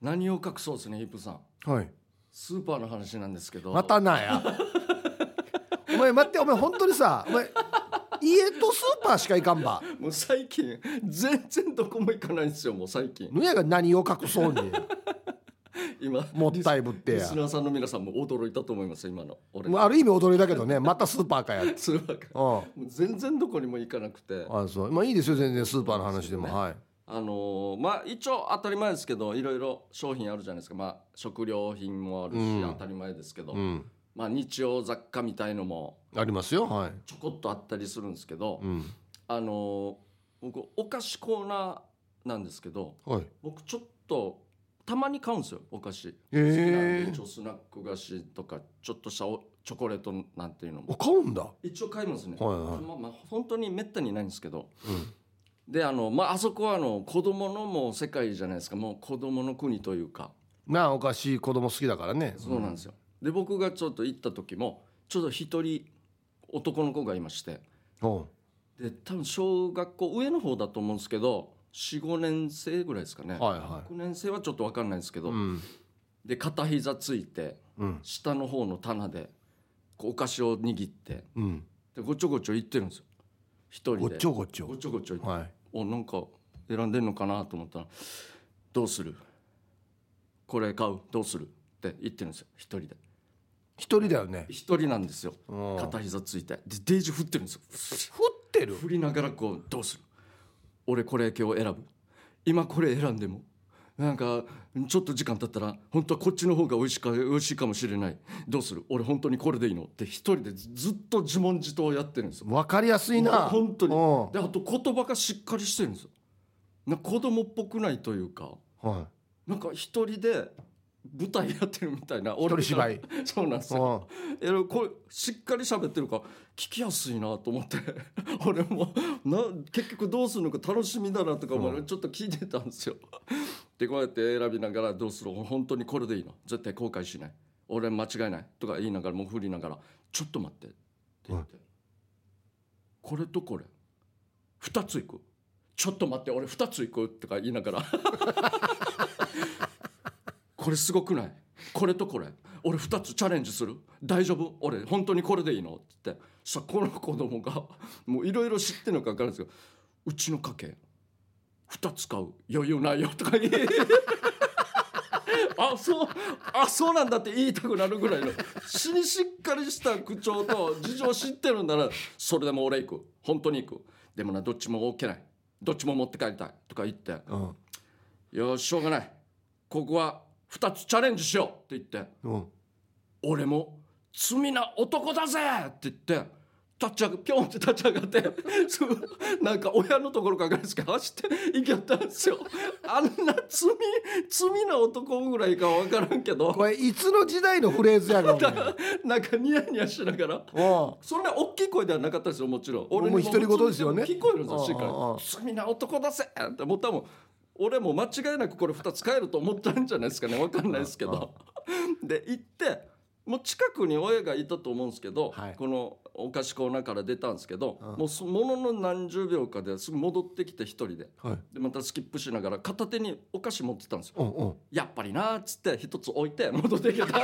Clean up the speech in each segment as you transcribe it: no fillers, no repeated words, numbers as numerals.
何を隠そうですねヒップさん。 はい。 スーパーの話なんですけど。 またなやお前待って、お前本当にさ、お前家とスーパーしか行かんば。 もう最近全然どこも行かないんですよもう最近。 ぬやが何を隠そうに今もったいぶってや。 リスナーさんの皆さんも驚いたと思います今の俺。 もうある意味驚いたけどね、またスーパーかや。 スーパーか。 うん。 もう全然どこにも行かなくて。 あ、そう。まあいいですよ、全然スーパーの話でも。 ねはい。 まあ一応当たり前ですけどいろいろ商品あるじゃないですか。まあ食料品もあるし、 うん当たり前ですけど、 うん。 まあ日用雑貨みたいのもありますよ。はい。 ちょこっとあったりするんですけど、 うん。 僕お菓子コーナーなんですけど、 はい。 僕ちょっとたまに買うんですよお菓子。好きえなんでえ一応スナック菓子とかちょっとしたチョコレートなんていうのー。 も買うんだ。 一応買いますね。 はいはい。 まあ本当にめったにないんですけど。 うん。 でまああそこは子供のもう世界じゃないですか。もう子供の国というか。 まあお菓子子供好きだからね。 そうなんですよ。で僕がちょっと行った時もちょっと一人男の子がいまして、 うん。 で多分小学校上の方だと思うんですけど 4,5 年生ぐらいですかね。 はいは 6年生はちょっと分かんないですけい。 ど、 うん。 で片膝ついてうん。 下の方の棚でこうお菓子を握ってうん。 でごちょごちょ言ってるんですよ一人で。 ごっちょごっちょ。 ごちょごちょ言って、 はい。 おなんか選んでんのかなと思ったらどうするこれ買うどうするって言ってるんですよ一人で。 一人だよね。 一人なんですよ。 うん。 片膝ついてでデージ振ってるんですよ。 振ってる。 振りながらこうどうする俺これ今日選ぶ今これ選んでもなんかちょっと時間経ったら本当はこっちの方が美味しいかもしれないどうする俺本当にこれでいいのって一人でずっと自問自答やってるんですよ。 わかりやすいな。 本当に。 うん。 であと言葉がしっかりしてるんですよ。なんか子供っぽくないというかはなんか一人で舞台やってるみたいな。 い。一人芝居。 そうなんですよ。これしっかり喋ってるから聞きやすいなと思って俺も結局どうするのか楽しみだなとかもちょっと聞いてたんですよ。でこうやって選びながらどうする本当にこれでいいの絶対後悔しない俺間違いないとか言いながらもう振りながらちょっと待ってって言って、これとこれ2ついくちょっと待って俺2ついくとか言いながらこれすごくないこれとこれ俺2つチャレンジする大丈夫俺本当にこれでいいのって言ってさこの子供がもういろいろ知ってるのか分かるんですけどうちの家系2つ買う余裕ないよとか言えそうなんだって言いたくなるぐらいのしっかりした口調と事情知ってるんならそれでも俺行く本当に行くでもなどっちも OK ないどっちも持って帰りたいとか言って、 うん。 よししょうがないここは2つチャレンジしようって言ってうん。 俺も罪な男だぜって言ってピョンって立ち上がってなんか親のところからですけど走って行きやったんですよ。あんな罪な男ぐらいか分からんけどこれいつの時代のフレーズやろうね。 なんかニヤニヤしながらおそんな大きい声ではなかったですよもちろん。俺にもう独り言ですよね聞こえるんですよしっかりああ罪な男だぜって思ったもん。俺も間違いなくこれ2つ買えると思ったんじゃないですかね分かんないですけどで行ってもう近くに親がいたと思うんですけど、 はい、 このお菓子コーナーから出たんですけど、 うん、 もうものの何十秒かですぐ戻ってきて一人で、 はい、 でまたスキップしながら片手にお菓子持ってたんですよ、 うんうん、 やっぱりなーっつって一つ置いて戻ってきた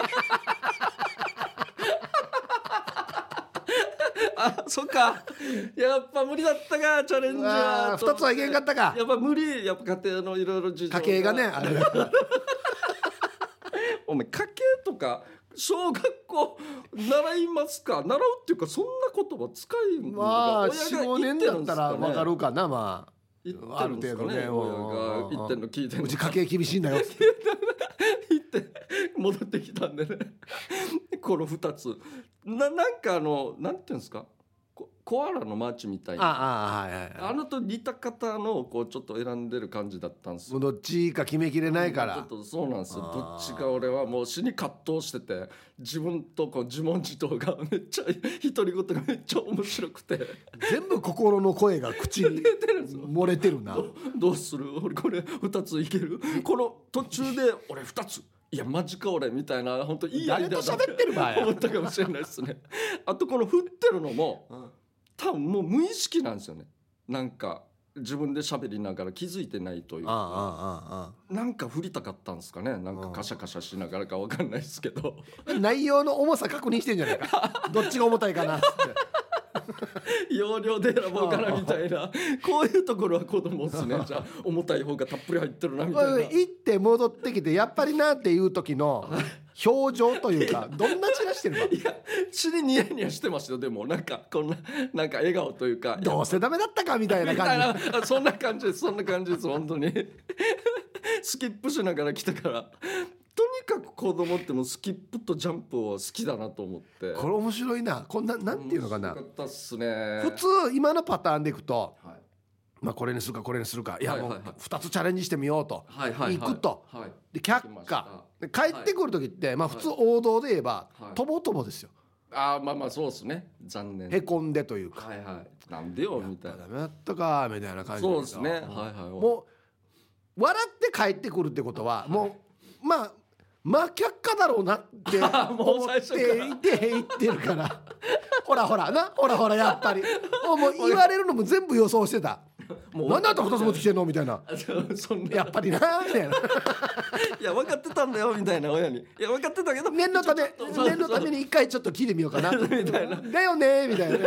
あ、そっかやっぱ無理だったかチャレンジは 2つはいけんかったか。 やっぱ無理やっぱ家庭のいろいろ事情家計がねあれお前家計とか小学校習いますか習うっていうかそんな言葉使いまあ 4,5 年だったら分かるかな。まあ言ってるんですかね、 ある程度ね親が言ってんの聞いてんのうち家計厳しいんだよ言って戻ってきたんでねこの2つなんかなんていうんですかコアラのマーチみたいなはいはいはい、 と似た方のこうちょっと選んでる感じだったんですよ。 どっちか決めきれないから。 ちょっとそうなんですよ。どっちか俺はもう死に葛藤してて自分とこう自問自答がめっちゃ独り言がめっちゃ面白くて全部心の声が口に漏れてるなどうする俺これ2ついけるこの途中で俺2ついやマジか俺みたいな本当いいアイデアだ誰と喋ってる場合思ったかもしれないですね。あとこの振ってるのも、多分もう無意識なんですよね。なんか自分で喋りながら気づいてないというか、なんか振りたかったんですかね、なんかカシャカシャしながらか分かんないですけど内容の重さ確認してんじゃないかどっちが重たいかなっつって容量で選ぼうかなみたいなこういうところは子供ですね。じゃあ重たい方がたっぷり入ってるなみたいな。 行って戻ってきてやっぱりなっていう時の表情というかどんなチラしてるの。 いや血にニヤニヤしてましたよ。でもなんかこんななんか笑顔というかどうせダメだったかみたいな感じそんな感じです、そんな感じです本当にスキップしながら来たから、とにかく子供ってもうスキップとジャンプを好きだなと思って。 これ面白いな。こんななんていうのかな、 面白かったっすね。 普通今のパターンでいくと、 はい、 まあこれにするかこれにするか、いやもうはいはいはい 2つチャレンジしてみようと行くと、 はい、 で却下で帰ってくる時ってまあ普通王道で言えばとぼとぼですよ。 ああまあまあそうですね。残念。 へこんでというか、 はいはい、なんでよみたいな。 ダメだったかみたいな感じ。 そうですね。はいはい。 もう笑って帰ってくるってことはもうまあ却下だろうなって思っていて言ってるからほらほらな、ほらほらやっぱりもう言われるのも全部予想してた。なんであんた2つ持ってきてんのみたいなそんなやっぱりなみたいないや分かってたんだよみたいな親に、いや分かってたけど念のために一回ちょっと聞いてみようかなみたいなだよねみたいなね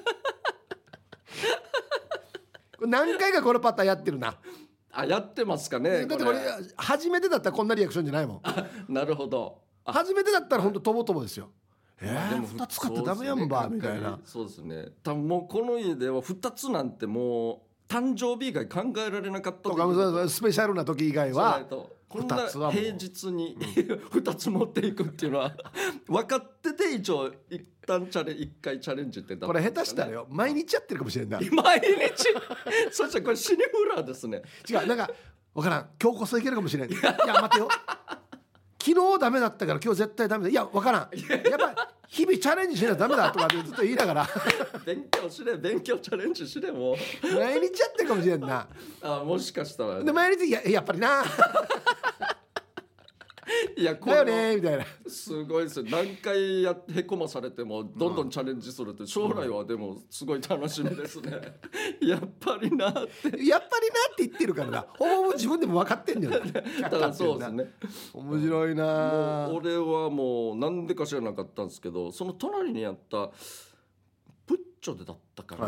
何回かこのパターンやってるな。 あ、やってますかね。 だってこれ初めてだったらこんなリアクションじゃないもん。 なるほど。 初めてだったら本当とぼとぼですよ。 でも 2つ買ってダメやんばみたいな。 そうですね。多分もうこの家では2つなんてもう誕生日以外考えられなかったとかスペシャルな時以外はこんな平日に2つ持っていくっていうのは分かってて一応一回チャレンジってこれ下手したらよ毎日やってるかもしれんない。 毎日そしたらこれシニフラーですね。 違う、なんか分からん、今日こそいけるかもしれん。いや待てよ昨日ダメだったから今日絶対ダメだ。いや分からん、やっぱ日々チャレンジしないとダメだとかってずっと言いながら勉強チャレンジしれも毎日やってるかもしれんな。 あ、もしかしたら、ね、 で毎日やっぱりないやだよねみたいな。 すごいですよ。何回へこまされてもどんどんチャレンジするって将来はでもすごい楽しみですねやっぱりなってやっぱりなって言ってるからな。ほぼ自分でも分かってんだよねだからそうですね。 面白いな。 もう俺はもうなんでか知らなかったんですけど、その隣にあったプッチョでだったから、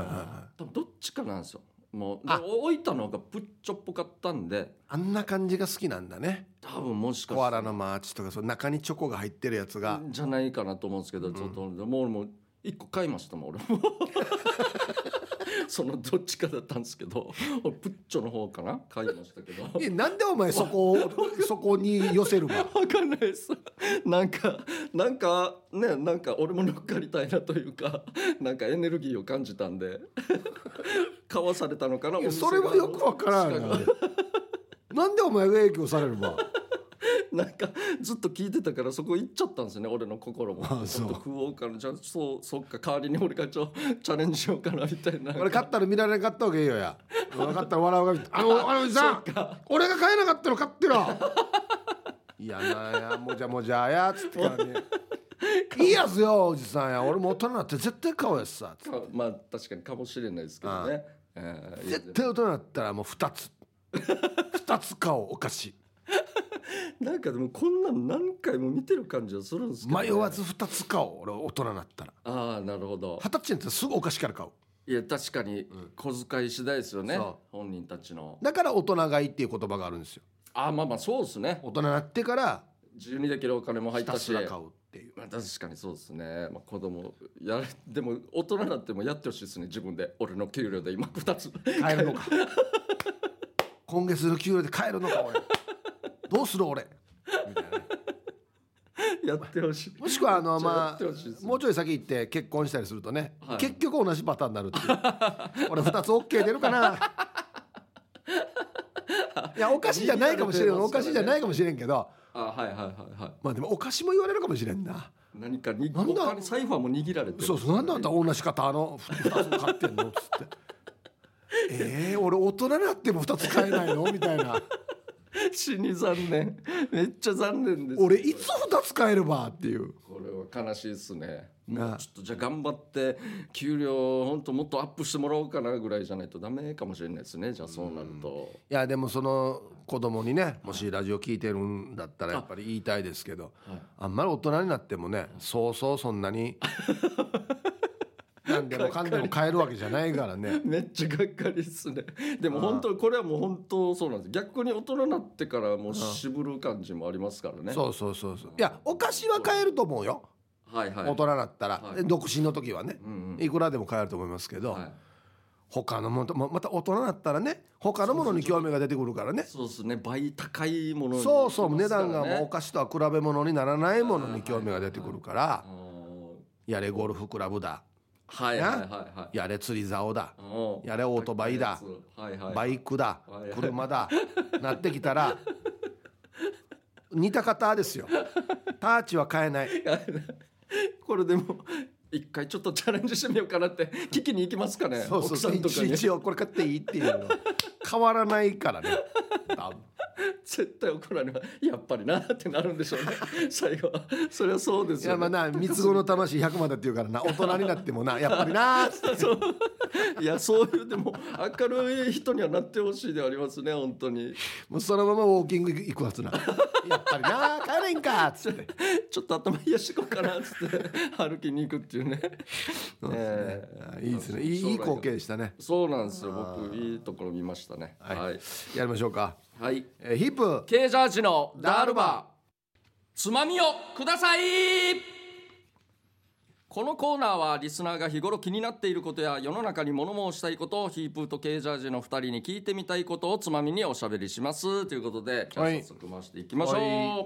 多分どっちかなんですよ。もう置いたのがプッチョっぽかったんで、 あんな感じが好きなんだね。 多分もしかしたらコアラのマーチとかその中にチョコが入ってるやつがじゃないかなと思うんですけど、ちょっともう1個買いましたもん俺もそのどっちかだったんですけどプッチョの方かな買いましたけどなんでお前そこに寄せるか分かんないですなんかね、なんか俺も乗っかりたいなというか、なんかエネルギーを感じたんで買わされたのかな。 それはよく分からんなんでお前が影響されるわなんかずっと聞いてたからそこ行っちゃったんですよね、俺の心も。 ちょっと食おうかな、じゃあそっか代わりに俺がチャレンジしようかなみたいな。 俺勝ったら見られなかったわけいいよや。分かったら笑うがあのさ俺が買えなかったの買ってろいやなやもじゃあやつってからねいいやつよおじさんや、俺も大人になって絶対買おうやつさ。 まあ確かにかもしれないですけどね。 絶対大人になったらもう2つ買おうお菓子なんかでもこんなの何回も見てる感じはするんですけど、ね、 迷わず2つ買おう俺大人になったら。 ああなるほど。 20歳になったらすぐお菓子から買う。 いや確かに小遣い次第ですよね、本人たちの。 だから大人買いっていう言葉があるんですよ。 あまあそうですね。 大人になってから自由にできるお金も入ったしひたすら買うっていう、 まあ、確かにそうですね、まあ、子供でも大人になってもやってほしいですね。自分で俺の給料で今2つ買えるのか今月の給料で買えるのか俺どうする俺みたいなねやってほしい。 もしくはまあもうちょい先行って結婚したりするとね、 はい、 結局同じパターンになるっていう俺2つ OK 出るかないやお菓子じゃないかもしれん、お菓子じゃないかもしれんけど、まあでもお菓子も言われるかもしれんな。 何か他にサイファーも握られてる。 そうなんであんた同じ方2つ買ってんのっつって俺大人になっても2つ買えないのみたいな死に残念、めっちゃ残念です。 俺いつ2つ買えるばっていう。 これは悲しいですね。 なもうちょっとじゃあ頑張って給料本当もっとアップしてもらおうかなぐらいじゃないとダメかもしれないですね。じゃあそうなると、 いやでもその子供にね、もしラジオ聞いてるんだったらやっぱり言いたいですけど、あんまり大人になってもね、そうそうそんなに何でもかんでも買えるわけじゃないからね。 めっちゃがっかりですね。でも本当これはもう本当そうなんです。逆に大人になってからもう渋る感じもありますからね。 そうそうそうそう。いやお菓子は買えると思うよ。 はいはい。 大人になったら、 はい独身の時はね、 うんうん。 いくらでも買えると思いますけど、 はい。 他のものまた大人になったらね、他のものに興味が出てくるからね。 そうですね。倍高いものにそうそう、値行きますからね段がもうお菓子とは比べ物にならないものに興味が出てくるからあ、ーやれゴルフクラブだ、 はいはいはいはい。 やれ釣り竿だ、 うんやれオートバイだ、 はいはい。 バイクだはいはい、 車だなってきたら似た方ですよ。ターチは買えない。 これでも一回ちょっとチャレンジしてみようかなって聞きに行きますかね。 そうそう奥さんとかに一応これ買っていいっていうの変わらないからね多分。 絶対怒られます。やっぱりなってなるんでしょうね。最後はそれはそうですよ、ね。 いやまあな三つ子の魂100万だって言うからな、大人になってもなやっぱりなーっつってそういやそういうでも明るい人にはなってほしいでありますね本当に。 もうそのままウォーキング行くはずなやっぱりなー帰れんかっつってちょっと頭冷やしてこうかなっつって歩きに行くっていうね。 いいですね、いい光景でしたね。 そうなんですよ。僕いいところ見ましたね。 はい、 はい、 やりましょうか。 はいヒップケージャージのダールバーつまみをください。このコーナーはリスナーが日頃気になっていることや世の中に物申したいことをヒープーとケージャージの2人に聞いてみたいことをつまみにおしゃべりしますということで、じゃあ早速回していきましょう。 は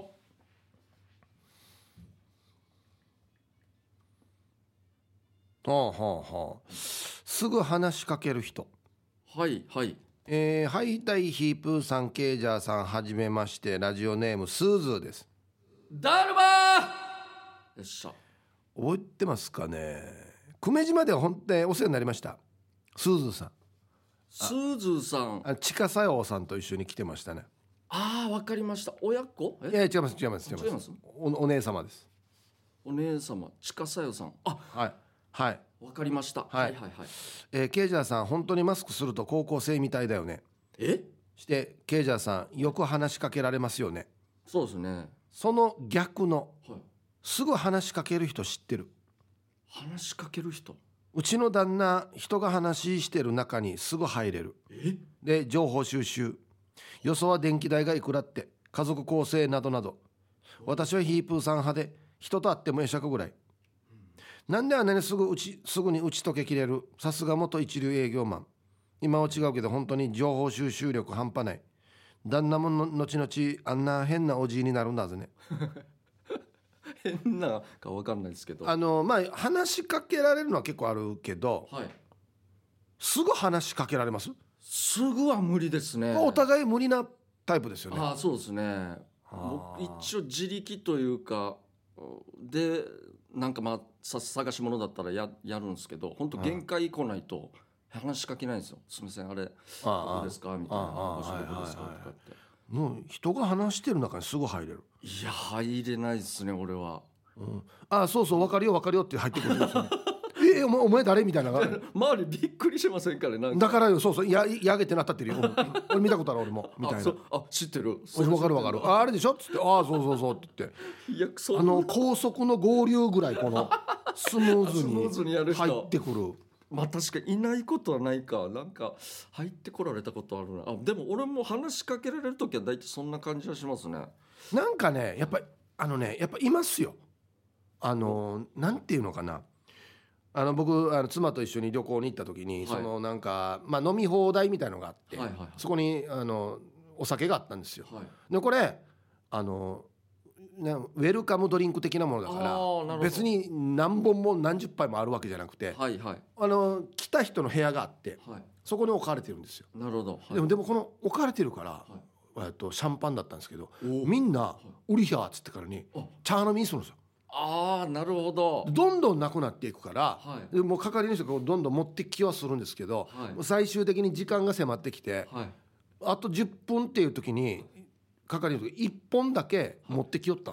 はあはあ、すぐ話しかける人。 はいはいはいたいヒープーさん、ケージャーさん、はじめまして。ラジオネームスーズーです。 ダールバーよっしゃ。 覚えてますかね。久米島では本当にお世話になりました。スーズーさん、 スーズーさん。 ちかさようさんと一緒に来てましたね。 ああわかりました。親子いや違います違います違い違いますます。お姉様です。 お姉様近さよさん。あはいはいわかりました、 はいはいはいはい。 ケイジャーさん、本当にマスクすると高校生みたいだよね。 えしてケイジャーさん、よく話しかけられますよね。 そうですね。 その逆のはい。 すぐ話しかける人知ってる？ 話しかける人。 うちの旦那、人が話してる中にすぐ入れる。 えで情報収集、よそは電気代がいくらって、家族構成などなど。私はヒープーさん派で、人と会っても会釈ぐらい。なんであんなにすぐに打ち解けきれる。さすが元一流営業マン。今は違うけど本当に情報収集力半端ない。旦那も後々あんな変なおじいになるんだぜね。 変なかわかんないですけど。 まあ話しかけられるのは結構あるけど、 はい。 すぐ話しかけられます？ すぐは無理ですね。 お互い無理なタイプですよね。 ああそうですね。僕一応自力というかでなんかまあ探し物だったらやるんですけど、本当限界来ないと話しかけないんですよ。すみませんあれどこですかみたいな。場所どこですかとかって。 もう人が話してる中にすぐ入れる。 いや入れないですね俺は。 そうそう、分かるよ分かるよって入ってくるんですよね。お前誰みたいな。 周りびっくりしませんかね。なんかだからよ、そうそう、やげてなったってるよ。俺見たことある俺もみたいな。 知ってる。 分かる分かる。あれでしょっつって、そうそうそうって言って、 いやそんな高速の合流ぐらいこのスムーズにやる人入ってくる。 まあ確かにいないことはないか。なんか入ってこられたことあるな。でも俺も話しかけられる時は大体そんな感じはしますね。 なんかねやっぱいますよ。なんていうのかな、僕妻と一緒に旅行に行った時に、そのなんか、まあ、飲み放題みたいのがあって、そこにお酒があったんですよ。でこれウェルカムドリンク的なものだから別に何本も何十杯もあるわけじゃなくて、来た人の部屋があって、そこに置かれてるんですよ。 なるほど。 でもこの置かれてるから、シャンパンだったんですけど、みんな売りやっつってからに茶飲みにするんですよ。 なるほど。 どんどんなくなっていくから、でもう係の人がどんどん持ってきはするんですけど、最終的に時間が迫ってきて、あと10分っていう時に係の人が1本だけ持ってきよったんですよ。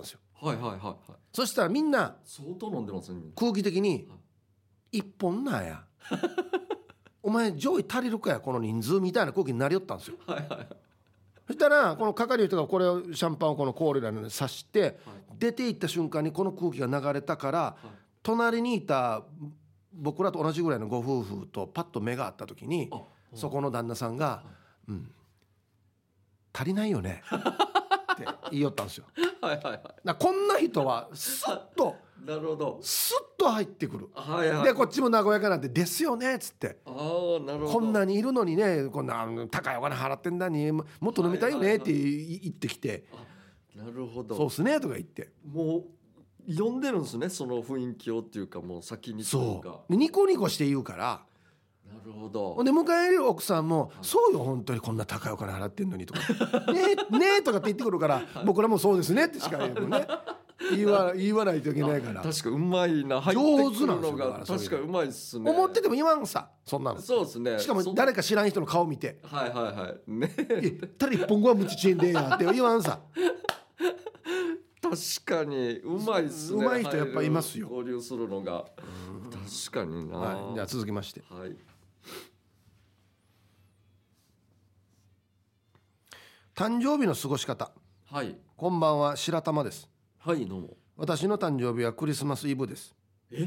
はいはいはいはい。 そしたらみんな相当飲んでますねみんな。 空気的に一本なやお前上位足りるかやこの人数みたいな空気になりよったんですよ。 はいはいはい。 そしたらこの係の人がこれをシャンパンをこのコールに刺して、 はい出ていった瞬間にこの空気が流れたから、 はい、 隣にいた僕らと同じぐらいのご夫婦とパッと目が合った時にあ、 そこの旦那さんが「うん足りないよね」って言いよったんですよ。 はいはいはい。 こんな人はスッとなるほど。 スッと入ってくる。 はいはい。 でこっちも和やかなんで「ですよね」っつって。 ああなるほど。 こんなにいるのにねこんな高いお金払ってんだにもっと飲みたいよねって言ってきて 「なるほどそうっすね」とか言ってもう読んでるんですねその雰囲気をっていうかもう先にというか。 そうニコニコして言うからなるほど。 で迎える奥さんも「そうよ本当にこんな高いお金払ってんのに」とか「ねえねえ」とかって言ってくるから僕らも「そうですね」ってしか言うのね言わないといけないから確かうまいな入ってくるのが確かうまいっすね。 思ってても言わんさそんなの。 そうですね。 しかも誰か知らん人の顔見てはいはいはいね 「誰一本後はムチチェンでや」って言わんさ。 確かにうまいっすね。 うまい人やっぱいますよ交流するのが確かにな、 はい、じゃあ続きまして、 はい、 誕生日の過ごし方。 はい、 こんばんは白玉です。 はいどうも。 私の誕生日はクリスマスイブです。 え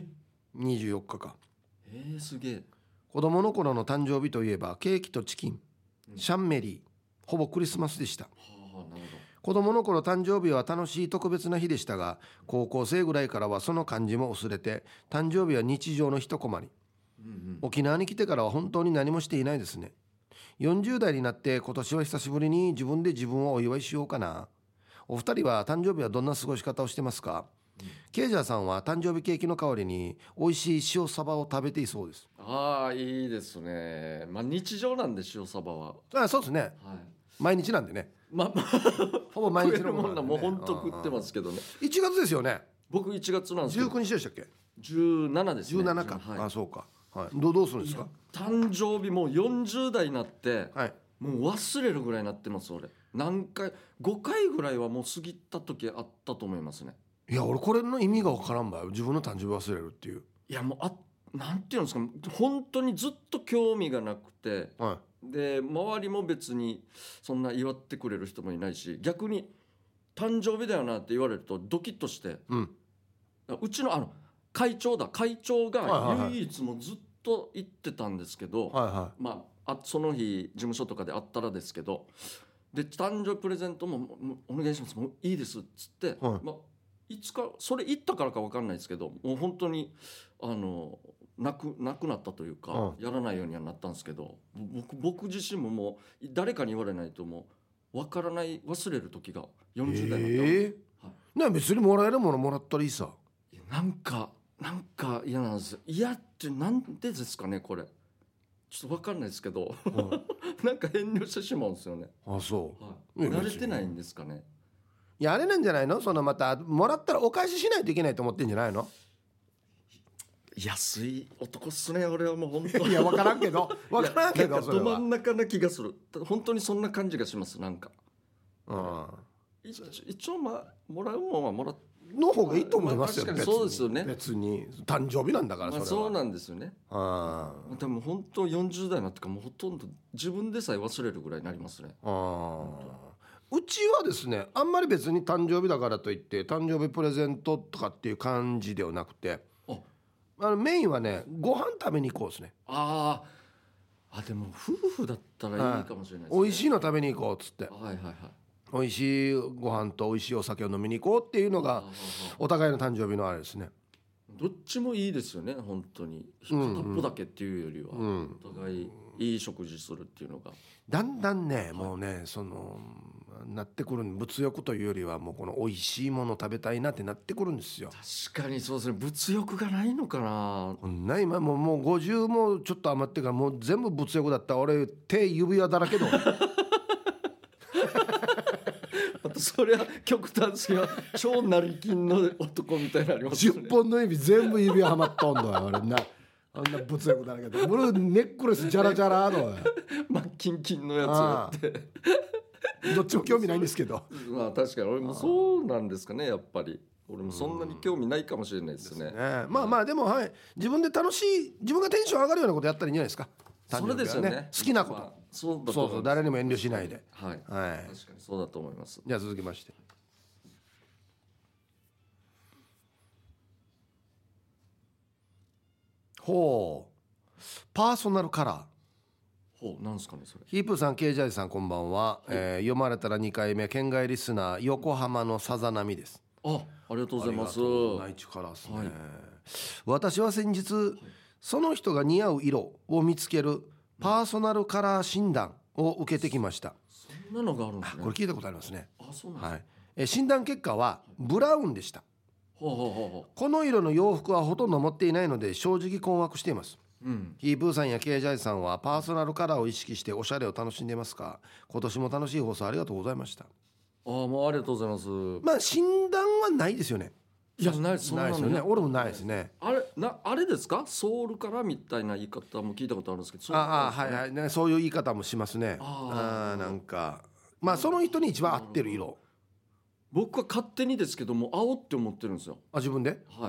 24日か。 すげえ。 子供の頃の誕生日といえばケーキとチキン、シャンメリー、ほぼクリスマスでした。 はあ、なるほど。 子供の頃誕生日は楽しい特別な日でしたが、高校生ぐらいからはその感じも薄れて誕生日は日常の一コマに、沖縄に来てからは本当に何もしていないですね。40代になって今年は久しぶりに自分で自分をお祝いしようかな。お二人は誕生日はどんな過ごし方をしてますか？ケイジャーさんは誕生日ケーキの代わりに美味しい塩サバを食べていそうです。 ああいいですね。まあ日常なんで塩サバは。 そうですね、 はい、 毎日なんでね。 まあほぼ毎日の食えるもんなもう本当食ってますけどね。 1月ですよね。 僕1月なんですけど。 19日でしたっけ 17ですね。 17か、 はい、 そうか、はい、どうするんですか？ 誕生日もう40代になって、 はい、 もう忘れるぐらいになってます俺。何回5回ぐらいはもう過ぎた時あったと思いますね。 いや俺これの意味が分からんばよ。自分の誕生日忘れるっていう。 いやもうなんていうんですか、本当にずっと興味がなくて、 はで周りも別にそんな祝ってくれる人もいないし、逆に誕生日だよなって言われるとドキッとして、うちの会長が唯一もずっと言ってたんですけど、まあその日事務所とかであったらですけど、で誕生日プレゼントもお願いします、もういいですっつって、まあいつかそれ言ったからか分かんないですけど、もう本当になくなったというか、やらないようにはなったんですけど、僕自身ももう誰かに言われないともう分からない、忘れる時が40代になった、 ね、別にもらえるものもらったらいいさ。 なんか嫌なんですよ。嫌ってなんでですかねこれ。ちょっと分かんないですけど、なんか遠慮してしまうんですよね。 そう、 慣れてないんですかね。 いやあれなんじゃないの、そのまたもらったらお返ししないといけないと思ってんじゃないの？ 安い男っすね俺はもう本当いや分からんけどそれはど真ん中な気がする。本当にそんな感じがします。なんか、一応もらうもんはもらっの方がいいと思いますよ。 確かにそうですよね。 別に誕生日なんだからそれは、 そうなんですよね。でも本当40代になってからもうほとんど自分でさえ忘れるぐらいになりますね。 うちはですねあんまり別に誕生日だからといって誕生日プレゼントとかっていう感じではなくて、メインはねご飯食べに行こうですね。 でも夫婦だったらいいかもしれないですね。 美味しいの食べに行こうっつって、美味しいご飯と美味しいお酒を飲みに行こうっていうのがお互いの誕生日のあれですね。 どっちもいいですよね本当に。片っぽだけっていうよりは、お互いいい食事するっていうのがだんだんね、もうねそのなってくる。物欲というよりはもうこの美味しいもの食べたいなってなってくるんですよ。 確かにそうですね。物欲がないのかな。 今もう50もちょっと余ってからもう全部物欲だった。俺手指輪だらけだそれは極端ですよ。超成金の男みたいになりますよね。 10本の指全部指輪はまっとんのよ俺な。あんな物欲だらけでブルーネックレスジャラジャラのまあキンキンのやつやってどっちも興味ないんですけどまあ確かに俺もそうなんですかねやっぱり。 俺もそんなに興味ないかもしれないですね。 まあまあでも、はい、自分で楽しい、自分がテンション上がるようなことやったらいいんじゃないですか。 それですよね。 好きなこと、 まあ、そうだとそうそう、誰にも遠慮しないで。 はい、 はい、 確かにそうだと思います。 じゃあ続きまして、ほう、パーソナルカラー。 ほう、なんですかねそれ。 ヒープーさん、ケイジャージさん、こんばんは、読まれたら2回目、県外リスナー横浜のさざ波です。 ありがとうございます。 内地からですね、 はい、 私は先日、その人が似合う色を見つけるパーソナルカラー診断を受けてきました。 そんなのがあるんですね。 これ聞いたことありますね。 そうなんですね。 はい、診断結果はブラウンでした。 ほうほうほうほう。 この色の洋服はほとんど持っていないので正直困惑しています。ヒープーさんやケイジャージさんはパーソナルカラーを意識しておしゃれを楽しんでいますか？今年も楽しい放送ありがとうございました。 もうありがとうございます。 まあ診断はないですよね。 いや、ないですよね。俺もないですね。 あれですか、ソウルからみたいな言い方も聞いたことあるんですけど、 はいはい、ね、そういう言い方もしますね。なんかまあその人に一番合ってる色、 僕は勝手にですけども青って思ってるんですよ。 自分で、 はい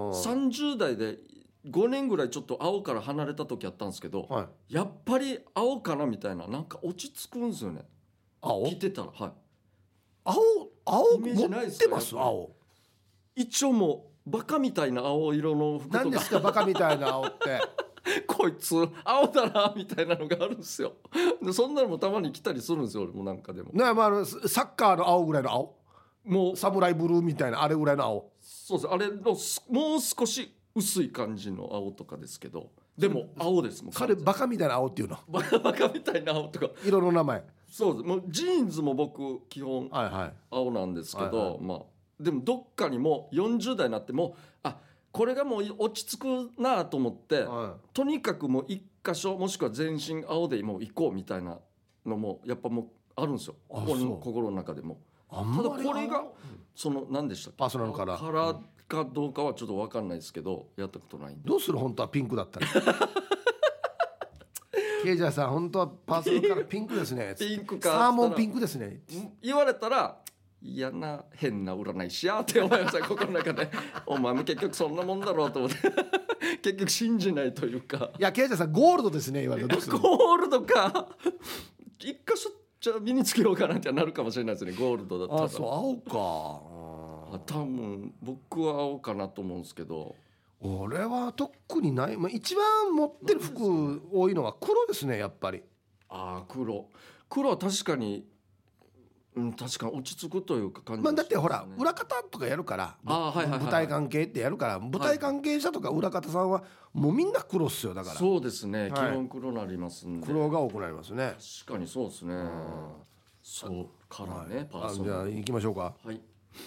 、30代で5年ぐらいちょっと青から離れた時あったんですけど、 はい、 やっぱり青かなみたいな、なんか落ち着くんですよね。 青着てたら、はい、 青イメージない持っですか？ てます。青一応もうバカみたいな青色の服とか。 何ですかバカみたいな青ってこいつ青だなみたいなのがあるんですよ。でそんなのもたまに来たりするんですよ。俺もなんかでもね、まあ、サッカーの青ぐらいの青、 もうサムライブルーみたいなあれぐらいの青。 そうです。あれのもう少し薄い感じの青とかですけど、でも青ですもん。 それバカみたいな青っていうのバカみたいな青とか。 色の名前。 そうです。もうジーンズも僕基本はいはい、 青なんですけど、 はいはい、 まあでもどっかにも40代になってもこれがもう落ち着くなと思って、とにかくもう一箇所もしくは全身青でもう行こうみたいなのもやっぱもうあるんですよ。心の中でも。ただこれがその何でしたっけ、 パーソナルカラーかどうかはちょっと分かんないですけど、やったことないんで。 どうする本当はピンクだったらケイジャーさん本当はパーソナルカラーピンクですねピンクかサーモンピンクですね言われたら嫌な変な占い師やって思いました心の中でお前も結局そんなもんだろうと思って結局信じないというか。 いやケイジャーさんゴールドですね言われたらどうするゴールドか一箇所じゃ身につけようかなってなるかもしれないですね。ゴールドだったら。 そう青か。 多分僕は青かなと思うんですけど。 俺は特にない、一番持ってる服多いのは黒ですねやっぱり。 黒は確かに、確かに落ち着くというか感じ、 だってほら裏方とかやるから舞台関係ってやるから舞台関係者とか裏方さんはもうみんな黒っすよ。だからそうですね、基本黒になりますんで。 黒が多くなりますね。 確かにそうですね。そうからね、パーソナル。 じゃあ行きましょうか。 はい。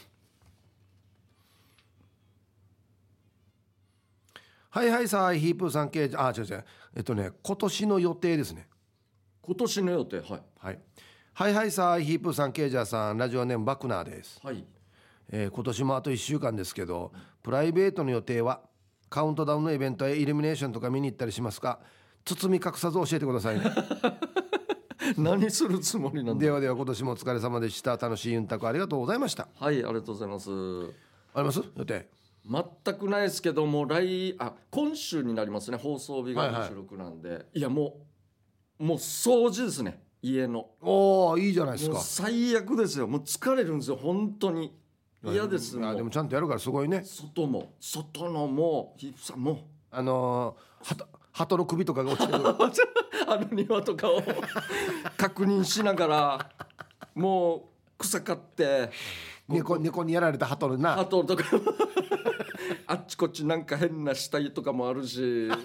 はいはいさあヒープーさん系違う今年の予定ですね。 今年の予定、 はいはいさあヒープーさんケイジャーさんラジオネームバクナーです。 はい。 今年もあと1週間ですけどプライベートの予定はカウントダウンのイベントやイルミネーションとか見に行ったりしますか？包み隠さず教えてくださいね何するつもりなんだ。 ではでは今年もお疲れ様でした。楽しいユンタクありがとうございました。 はい、ありがとうございます。 あります予定？ 全くないですけども今週になりますね。放送日が収録なんで、いやもう掃除ですね、家の。 いいじゃないですか。 もう最悪ですよ。もう疲れるんですよ本当に。嫌です。 でもちゃんとやるからすごいね。 外のもヒップさんも鳩の首とかが落ちてる庭とかを確認しながらもう草刈って猫にやられた鳩のな鳩とかあっちこっちなんか変な死体とかもあるしなんで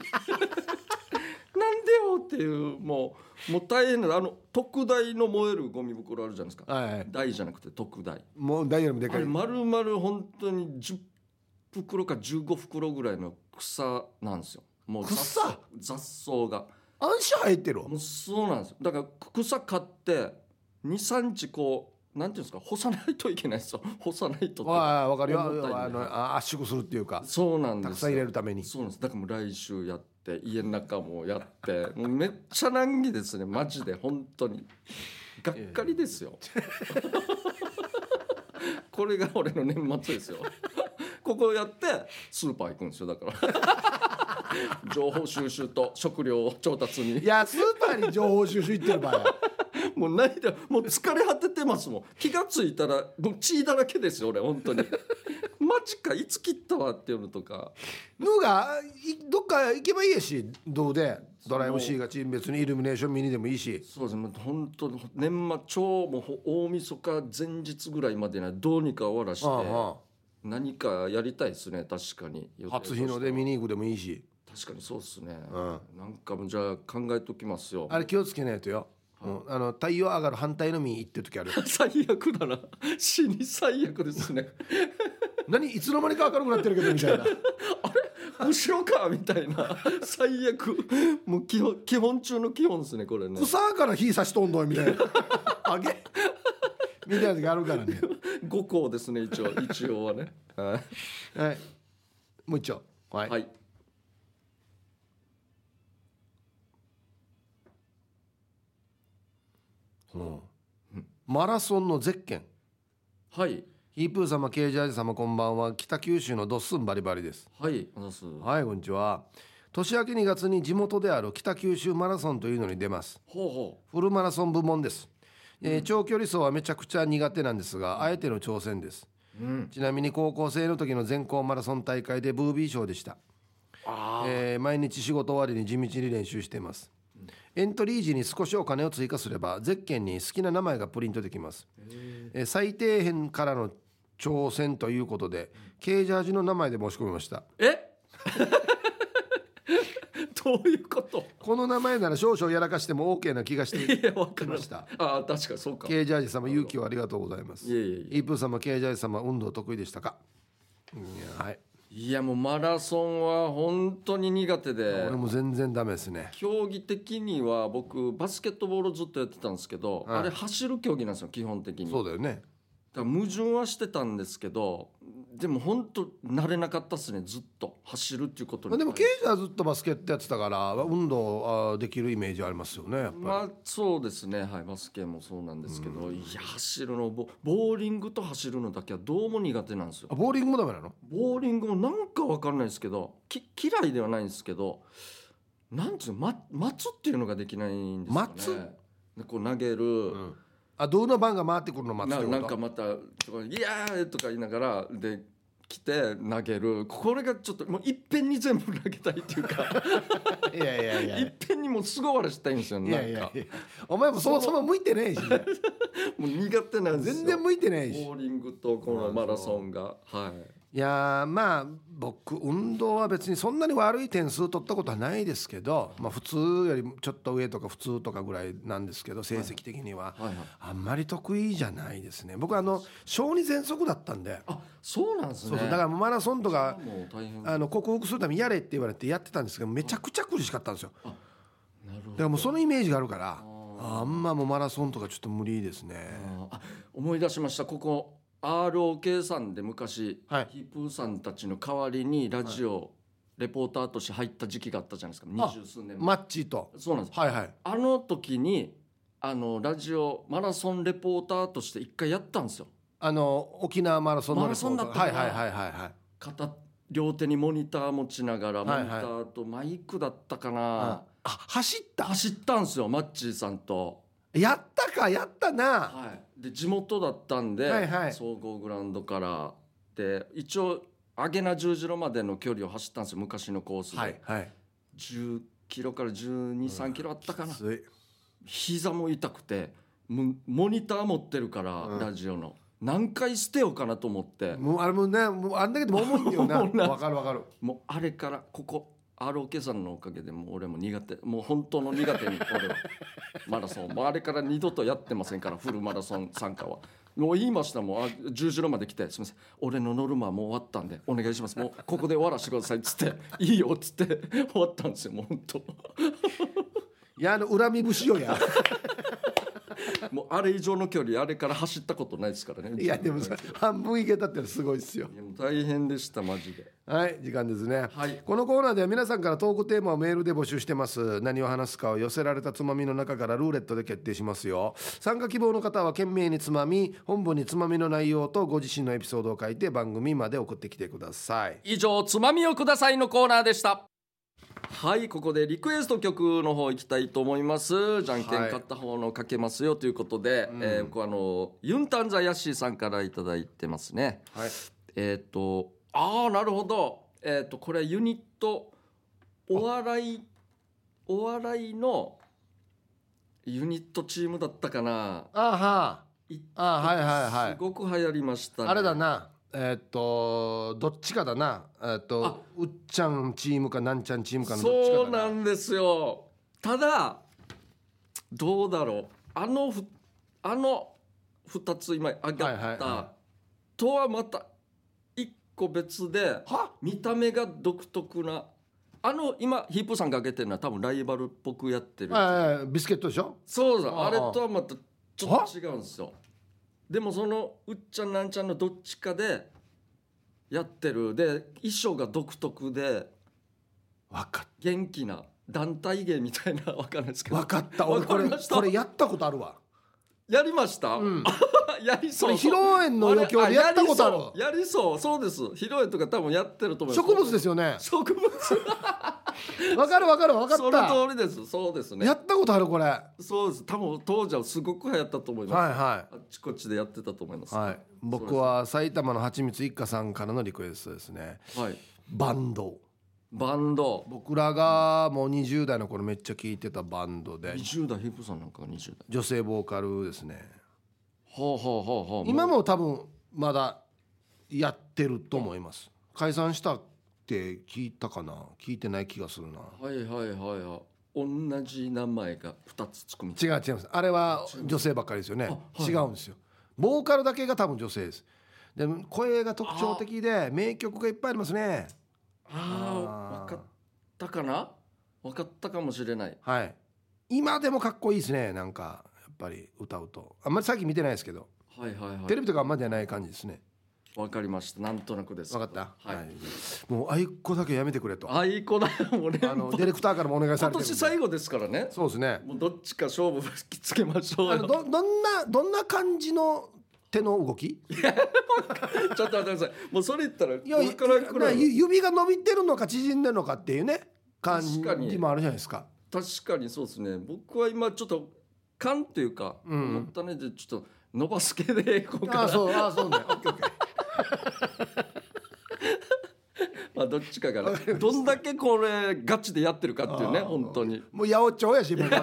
よっていう、もう大変な特大の燃えるゴミ袋あるじゃないですか、大じゃなくて特大、 もう大よりもでかい。 あれ丸々本当に10袋か15袋ぐらいの草なんですよ。もう雑草が暗視生えてる。 もうそうなんですよ。だから草買って2、3日こうなんていうんですか、干さないといけないですよ。干さないとってわかるよ。圧縮するっていうか。 そうなんですよ。 たくさん入れるために。 そうなんです。だからもう来週やって家の中もやってもうめっちゃ難儀ですねマジで本当にがっかりですよこれが俺の年末ですよここやってスーパー行くんですよ。だから情報収集と食料調達に。 いやスーパーに情報収集行ってる場合もうないでもう疲れ果ててますもん。気がついたらもう血だらけですよ俺本当に。マジかいつ切ったわっていうのとかのがどっか行けばいいやし、どうでドラ MC がチーム別にイルミネーション見にでもいいし。 そうですね本当年末超もう大晦日前日ぐらいまでなどうにか終わらして何かやりたいですね。確かに初日の出見に行くでもいいし。 確かにそうですね、なんかもじゃあ考えときますよ。 あれ気をつけないとよ、太陽上がる反対の海行ってる時ある最悪だな死に最悪ですね何いつの間にか明るくなってるけどみたいなあれ後ろかみたいな最悪もう基本中の基本ですねこれね。 草から火差しとんどいみたいなあげみたいな時あるからね。 5校ですね一応はねはい、 はい、もう一丁はい、 はい、 マラソンのゼッケン。 はい、 ヒープー様、ケージャージ様、こんばんは。北九州のドッスンバリバリです。 はい、おざす。 はい、こんにちは。年明け2月に地元である北九州マラソンというのに出ます。 ほうほフルマラソン部門です。長距離走はめちゃくちゃ苦手なんですが、あえての挑戦です。ちなみに高校生の時の全校マラソン大会でブービー賞でした。毎日仕事終わりに地道に練習しています。エントリー時に少しお金を追加すればゼッケンに好きな名前がプリントできます。最底辺からの挑戦ということでケージャージの名前で申し込みました。 どういうこと？ この名前なら少々やらかしても OK な気がしてきました。 あ、確かにそうか。 ケージャージ様勇気をありがとうございます。イープー様、ケージャージ様、運動得意でしたか？はい。 いやもうマラソンは本当に苦手で、 俺も全然ダメですね。 競技的には僕バスケットボールずっとやってたんですけど、 はい、 あれ走る競技なんですよ基本的に。 そうだよね。 だから矛盾はしてたんですけど、でも本当慣れなかったですね。ずっと走るっていうことに。 でもケージはずっとバスケットやってたから運動できるイメージありますよねやっぱり。 まあそうですね、はい、バスケもそうなんですけど、いや走るのボーリングと走るのだけはどうも苦手なんですよ。 ボーリングもダメなの？ ボーリングもなんか分かんないですけど嫌いではないんですけど、なんつうの、待つっていうのができないんですよね。 待つ？ でこう投げる、 どの番が回ってくるの待つってこと？ なんかまた「いやー」とか言いながらで来て投げる。これがちょっともういっぺんに全部投げたいっていうかいやいっぺんにもうすごい割らしたいんですよ。なんかいやお前もそもそも向いてねえしもう苦手なんですよ。 全然向いてねえし。 ボーリングとこのマラソンが。はい。 いやまあ僕運動は別にそんなに悪い点数取ったことはないですけど、まあ、普通よりちょっと上とか普通とかぐらいなんですけど、成績的にはあんまり得意じゃないですね。僕小児喘息だったんで。 あ、そうなんですね。 そうだからマラソンとかもう大変克服するためにやれって言われてやってたんですけど、めちゃくちゃ苦しかったんですよ。 なるほど。 だからもうそのイメージがあるからあんまもうマラソンとかちょっと無理ですね。 思い出しました。ここROK さんで昔、 はい、 ヒップーさんたちの代わりにラジオ、レポーターとして入った時期があったじゃないですか。20数年前。 マッチと。 そうなんです。 はいはい。 あの時にラジオマラソンレポーターとして一回やったんですよ。 沖縄マラソンのレポーター。 マラソンだったから。 はいはいはいはい。 両手にモニター持ちながら、モニターとマイクだったかな、 走ったんですよ。マッチーさんとやったな、 はい、で地元だったんで、 はいはい、 総合グラウンドからで一応アゲナ十字路までの距離を走ったんですよ。昔のコースで、 はいはい、 10キロから12、3キロあったかな。 い膝も痛くてモニター持ってるから、ラジオの何回捨てようかなと思って、 もうあれもね、もうあんだけでも重いんだよなわかるわかる。 もうあれからここROK さんのおかげでもう俺も苦手、もう本当の苦手に俺はマラソンもうあれから二度とやってませんから、フルマラソン参加は。もう言いましたもん。十字路まで来て「すみません、俺のノルマもう終わったんでお願いします、もうここで終わらせてください」っつって「いいよ」っつって終わったんですよ。もう本当いや恨み節よやもうあれ以上の距離あれから走ったことないですからね。 いやでも半分いけたってすごいですよ。 いやもう大変でしたマジで。 はい時間ですね、 はい、 このコーナーでは皆さんからトークテーマをメールで募集してます。何を話すかを寄せられたつまみの中からルーレットで決定しますよ。参加希望の方は懸命につまみ、本文につまみの内容とご自身のエピソードを書いて番組まで送ってきてください。 以上つまみをくださいのコーナーでした。はい、ここでリクエスト曲の方行きたいと思います。じゃんけん勝った方のかけますよということで、僕はユンタンザヤッシーさんからいただいてますね。 はい、 なるほど。これユニットお笑いのユニットチームだったかな。 はいはいすごく流行りましたね。 あれだな、どっちかだな、うっちゃんチームかなんちゃんチームかのどっちかだな。 そうなんですよ。ただどうだろう、あの2つ今挙がったとはまた1個別で見た目が独特な、今ヒップさんが挙げてるのは多分ライバルっぽくやってる、 ビスケットでしょ。 そうだ、あれとはまたちょっと違うんですよ。でもそのうっちゃんなんちゃんのどっちかでやってる。で衣装が独特で元気な団体芸みたいな、分かんないですけど。 分かった。俺これやったことあるわ。 やりました、やりそう。 披露宴の余興でやったことあるわ。 やりそう。そうです。披露宴とか多分やってると思います。 植物ですよね。 植物分かる分かった。 その通りです。そうですね。 やったことあるこれ。 そうです。多分当時はすごく流行ったと思います。あっちこっちでやってたと思います。 僕は埼玉のはちみつ一家さんからのリクエストですね。バンド。僕らがもう20代の頃めっちゃ聴いてたバンドで。 20代ヒップさんなんか20代。 女性ボーカルですね。 今も多分まだやってると思います。解散したって聞いたかな。聞いてない気がするな。 同じ名前が2つつくみたいな。違います。あれは女性ばっかりですよね。違うんですよ。ボーカルだけが多分女性です。で声が特徴的で名曲がいっぱいありますね。 分かったかな。分かったかもしれない。 今でもかっこいいですね。なんかやっぱり歌うと、あんまり最近見てないですけど、テレビとかあんまりじゃない感じですね。 わかりました。なんとなくです。 わかった。もうあいこだけやめてくれと。 あいこだもうね。 ディレクターからもお願いされてる。 今年最後ですからね。 そうですね。 もうどっちか勝負つけましょうよ。 どんな感じの手の動き？ ちょっと待ってください。もうそれ言ったら分からんくらい。 指が伸びてるのか縮んでるのかっていうね感じもあるじゃないですか。 確かにそうですね。僕は今ちょっと勘っていうか思ったねでちょっと伸ばす系でいこうかな。 そうね。オッケーオッケー。 まあどっちかがどんだけこれガチでやってるかっていうね。本当にもう八百長やしもう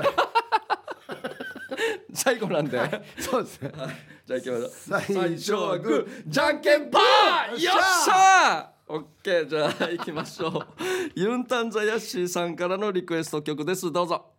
最後なんで、 そうですね。 じゃあいきましょう。最初はグーじゃんけんパー。よっしゃー。オッケー。じゃあいきましょう。ユンタンザヤッシーさんからのリクエスト曲です。どうぞ。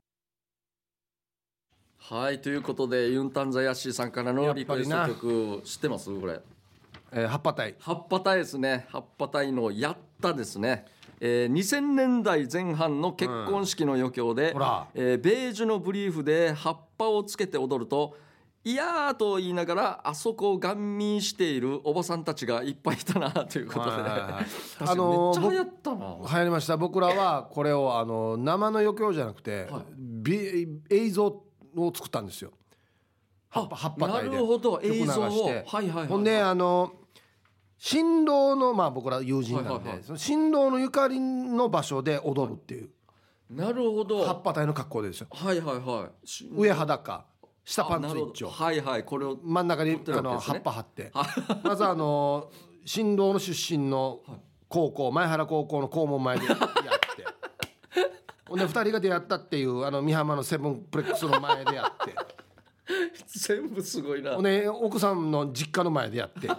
はいということでユンタンザヤッシーさんからのリクエスト曲知ってますこれ。 葉っぱ隊ですね。葉っぱ隊のやったですね。2000年代前半の結婚式の余興で、ベージュのブリーフで葉っぱをつけて踊るといやーと言いながらあそこをガン見しているおばさんたちがいっぱいいたなということで、めっちゃ流行ったな。 流行りました。僕らはこれを生の余興じゃなくて、映像を作ったんですよ。葉っぱ隊でなるほど。映像をほんで新郎の僕ら友人なんで、その新郎のゆかりの場所で踊るっていう。 なるほど。 葉っぱ隊の格好ですよ。上裸下パンツ一丁。 これを真ん中に葉っぱ貼ってまず新郎の出身の高校前原高校の校門前でやってほんで2人が出会ったっていう美浜のセブンプレックスの前でやって全部すごいな。 ほんで奥さんの実家の前でやって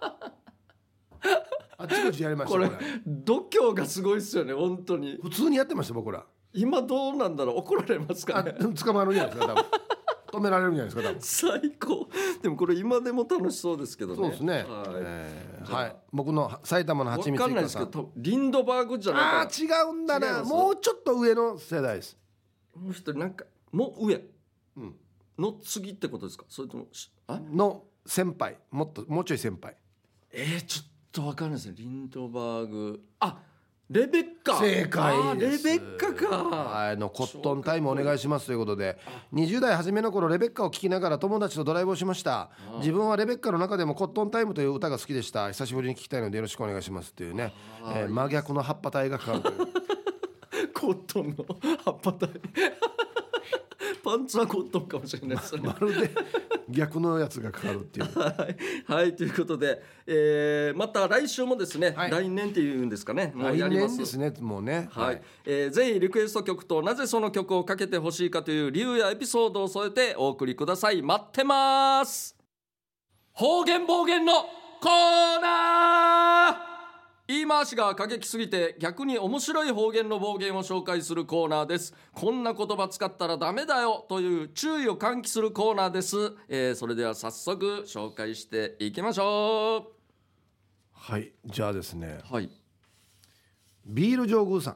あっちこっちやりました。 これ度胸がすごいですよね本当に。 普通にやってました僕ら。 今どうなんだろう。怒られますかね。 捕まるんじゃないですか多分。止められるんじゃないですか多分。 最高。でもこれ今でも楽しそうですけどね。 そうですね。僕の埼玉のはちみつ。 分かんないですけどリンドバーグじゃないかな。 違うんだな。もうちょっと上の世代です。 もう一人なんかもう上。 の次ってことですか？それともの先輩、もうちょい先輩。 ちょっとわかんないですね。リンドバーグ、レベッカ。 正解です。 レベッカか。 コットンタイムお願いしますということで、20代初めの頃レベッカを聴きながら友達とドライブをしました。自分はレベッカの中でもコットンタイムという歌が好きでした。久しぶりに聴きたいのでよろしくお願いしますっていうね、真逆の葉っぱ体がかかるというコットンの葉っぱ体パンツはコットンかもしれないですね。 まるで逆のやつがかかるっていうはい、ということで、また来週もですね、来年っていうんですかね、もうやります。 来年ですね、もうね。 ぜひリクエスト曲となぜその曲をかけてほしいかという理由やエピソードを添えてお送りください。待ってます。方言暴言のコーナー。言い回しが過激すぎて逆に面白い方言の暴言を紹介するコーナーです。こんな言葉使ったらダメだよという注意を喚起するコーナーです。それでは早速紹介していきましょう。 はい、じゃあですね、 はい、 ビール上宮さん、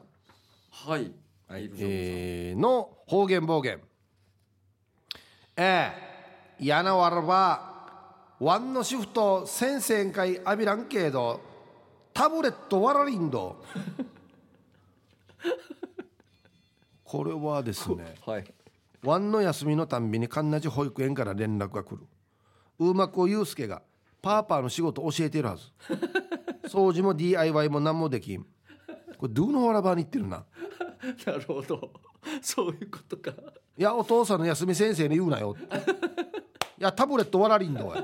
の方言暴言。やなわらばワンのシフト先々回浴びらんけどタブレットわらりんどこれはですね、ワンの休みのたんびに神奈川保育園から連絡が来る。うまくゆうすけがパーパーの仕事教えているはず掃除も DIY も何もできん。これドゥのわらばに言ってるな。 なるほど、そういうことか。 いやお父さんの休み先生に言うなよいやタブレットわらりんど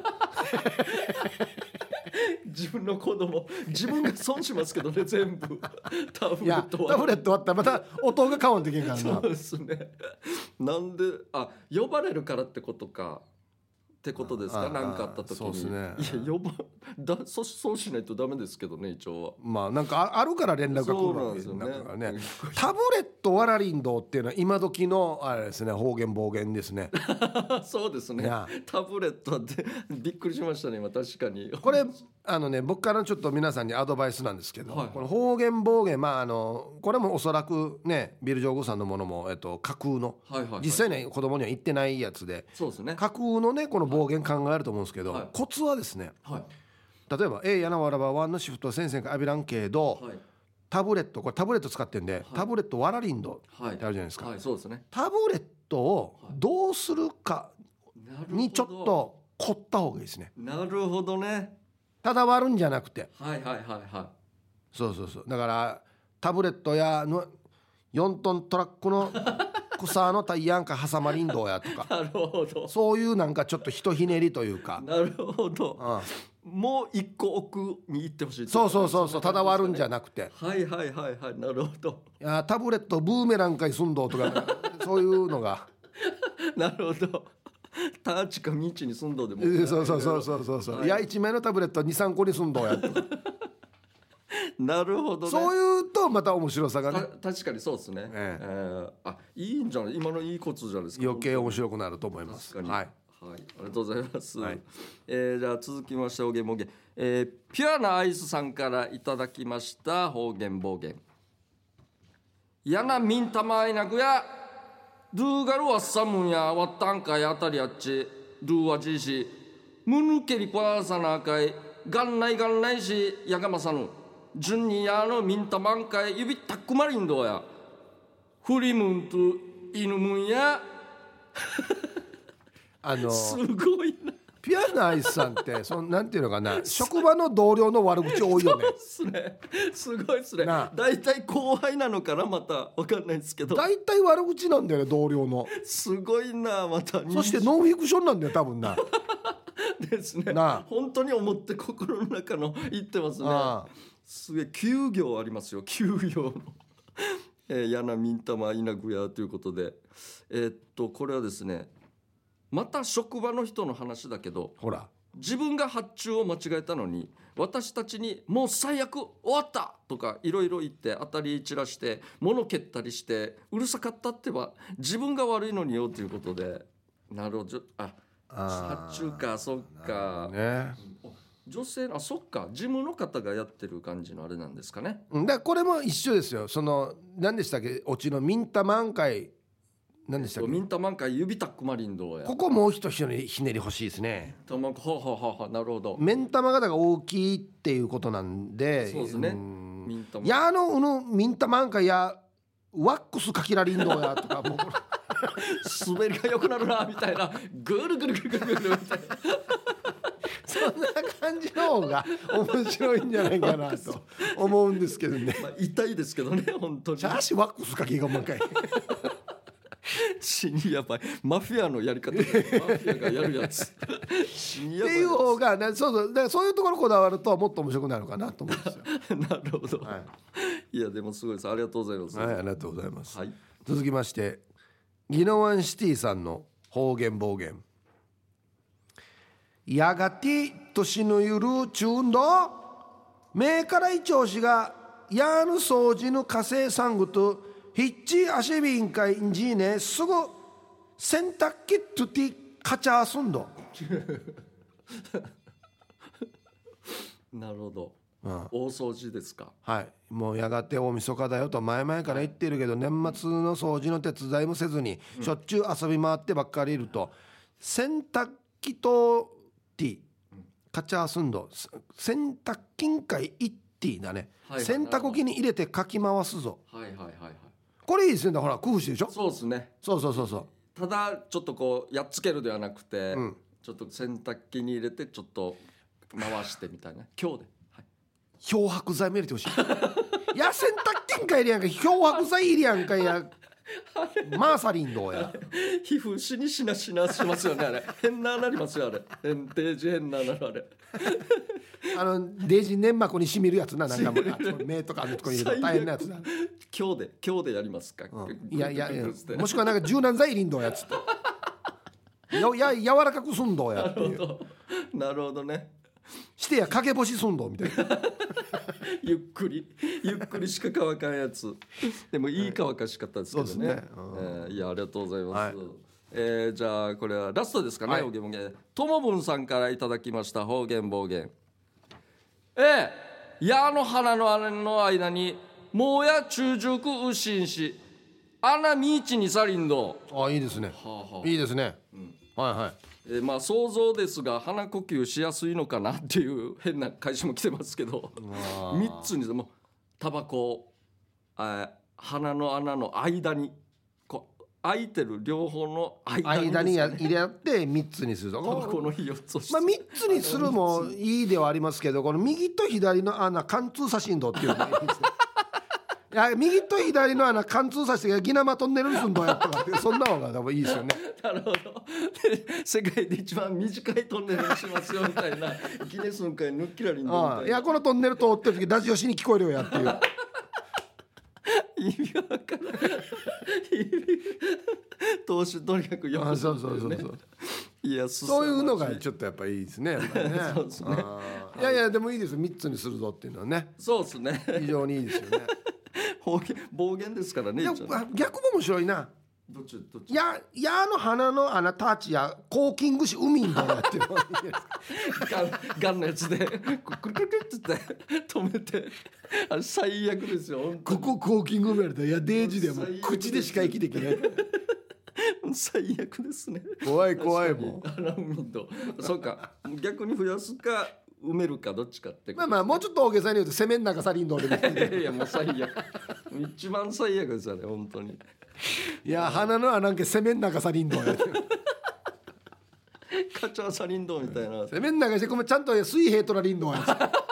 自分の子供自分が損しますけどね全部タブレット割ったらまた音が変わんといけんからな。 そうですね。なんで呼ばれるからってことかってことですか。何かあった時に。そうですね。いやそうしないとダメですけどね一応は。 まあなんかあるから連絡が来るわけだからね。タブレットわらりんどっていうのは今時のあれですね、方言暴言ですねそうですね。タブレットってびっくりしましたね今。確かにこれ僕からちょっと皆さんにアドバイスなんですけど、この方言暴言、これもおそらくねビル上宮さんのものも、架空の、実際に子供には言ってないやつで、 そうですね、 架空のねこの暴言考えると思うんですけど、コツはですね、例えばやなわらばワンのシフト先生が浴びらんけど、タブレット、これタブレット使ってんで、タブレットわらりんどってあるじゃないですか、 そうですね。 タブレットをどうするかにちょっと凝った方がいいですね。 なるほどね。 ただ割るんじゃなくて、 そうだからタブレットやの4トントラックの草のタイヤンか挟まりんどうやとかなるほど、 そういうなんかちょっとひとひねりというか、 なるほど、もう一個奥に行ってほしい。 そうただ割るんじゃなくて、 なるほど。 いやタブレットブーメランかいすんどうとかそういうのがなるほど。ターチかミチに住んどうでも、 そういや1枚のタブレット 2,3 個に住んどうやとかなるほどね。 そういうとまた面白さがね、 確かにそうですね、いいんじゃない、今のいいコツじゃないですか。 余計面白くなると思います。 確かに、ありがとうございます、じゃあ続きまして方言暴言、ピュアなアイスさんからいただきました方言暴言。やなみんたまいなくやドゥーガルワッサムンやワッタンカイあたりあっちドゥーワジーシムヌケリコアサナカイガンナイしやがまさぬジュニアのミンタマンカイ指タックマリンドやフリムンとイヌムンやすごいな。 ピュアなアイスさんってなんていうのかな職場の同僚の悪口多いよね。 すごいっすね。だいたい後輩なのかな、また分かんないですけど、 だいたい悪口なんだよね同僚の。すごいな。またそしてノンフィクションなんだよ多分なですね。本当に思って心の中の言ってますね。すげえ9行ありますよ、9行のやなみんたまいなぐやということで、これはですね、また職場の人の話だけど、 ほら自分が発注を間違えたのに私たちにもう最悪終わったとかいろいろ言って当たり散らして物蹴ったりしてうるさかったっては自分が悪いのによということで。なるほど。発注か、そっかね。 女性のそっか、事務の方がやってる感じのあれなんですかね。 だこれも一緒ですよ。何でしたっけ、オチのミンタ満開何でしたっけ。 ミンタマンか指タックマリンドや。 ここもう一ひねり欲しいですね。 たまんかははははなるほど。 目ん玉がだから大きいっていうことなんで。 そうですね。ミンタマン。 やのミンタマンかやワックスかきらりんどやとかもう滑りが良くなるなみたいな、ぐるぐるぐるぐるぐるみたいな。 そんな感じの方が面白いんじゃないかなと思うんですけどね。 まあ、痛いですけどね本当に。 チャーシワックスかきがまかい死にやばいマフィアのやり方マフィアがやるやつ死にやばいやつっていう方がそうだからそういうところこだわるともっと面白くなるかなと思うんですよ。 なるほど、 はい、 いやでもすごいです。ありがとうございます。 はい、ありがとうございます、 はい、 続きましてギノワンシティさんの方言暴言。やがて年のゆるちゅうんど目からいちょうしがやぬ掃除の火星産具とヒッチ足ビンかいんじねすぐ洗濯機とてカチャーすんどなるほど、 うん、 大掃除ですか。 はい、もうやがて大晦日だよと前々から言ってるけど、年末の掃除の手伝いもせずにしょっちゅう遊び回ってばっかりいると、洗濯機とティカチャーすんど洗濯機会いってィだね、はいはい、洗濯機に入れてかき回すぞ。 はいはいはいはい。 これいいですね。だからほら工夫してるでしょ。 そうですね。 そうそうそうそう。 ただちょっとこうやっつけるではなくて、 うん、 ちょっと洗濯機に入れてちょっと回してみたいな今日で、はい、 漂白剤も入れてほしいいや洗濯機んかいりやんか漂白剤入りやんかいやマーサリンどうや皮膚しにしなしなしますよねあれ変ななりますよあれ変定時変ななるあれデージ粘膜にしみるやつな、なんか目とかのとこに入れる大変なやつだ。 今日でやりますか、 うん、いやもしくはなんか柔軟剤入りんどうやつって柔らかくすんどうやっていうなるほどね。 してや陰干しすんどうみたいなゆっくりしか乾かんやつでもいい乾かし方ですけどね、はい、いやありがとうございます、はい、じゃあこれはラストですかね、はい、方言暴言ともぶんさんからいただきました方言暴言。矢の花の穴の間にもうや中熟うしんし穴みいちにさりんど。 あ、いいですね、いいですね、うん、はいはい。 まあ想像ですが鼻呼吸しやすいのかなっていう変な返しも来てますけど3つにもタバコ鼻の穴の間にこう開いてる両方の間に入れて3つにするとタバコの火4つをして、 まあ、3つにするもいいではありますけど、この右と左の穴貫通さしんどっていうのがいいですねいや右と左の穴貫通させてギナマトンネルにすんどやとかってそんな方が多分いいですよねなるほど。で世界で一番短いトンネルにしますよみたいなギネスの会ぬっきらりんどみたいな。 いやこのトンネル通ってる時ラジオしに聞こえるよやっていう意味わからない投資とにかくよくそういやそういうのがちょっとやっぱいいですね。そうですね。いやでもいいです3つにするぞっていうのはね。 そうですね。 非常にいいですよね。 暴言ですからね。 逆も面白いな。 どっちやの花の穴タッチやコーキングし海みたいなっていうのガンのやつでクルクルクルって止めてあれ最悪ですよ。 ここコーキングやるといやデージでも口でしか息できない最悪ですね。 怖いもう穴海とそうか逆に増やすか埋めるかどっちかってまあもうちょっと大げさに言うとセメン中サリンドでいやもう最悪一番最悪ですよね本当に。 いや鼻の穴んけセメン中サリンドやカチャーサリンドみたいなセメン中してこれちゃんと水平トラリンドや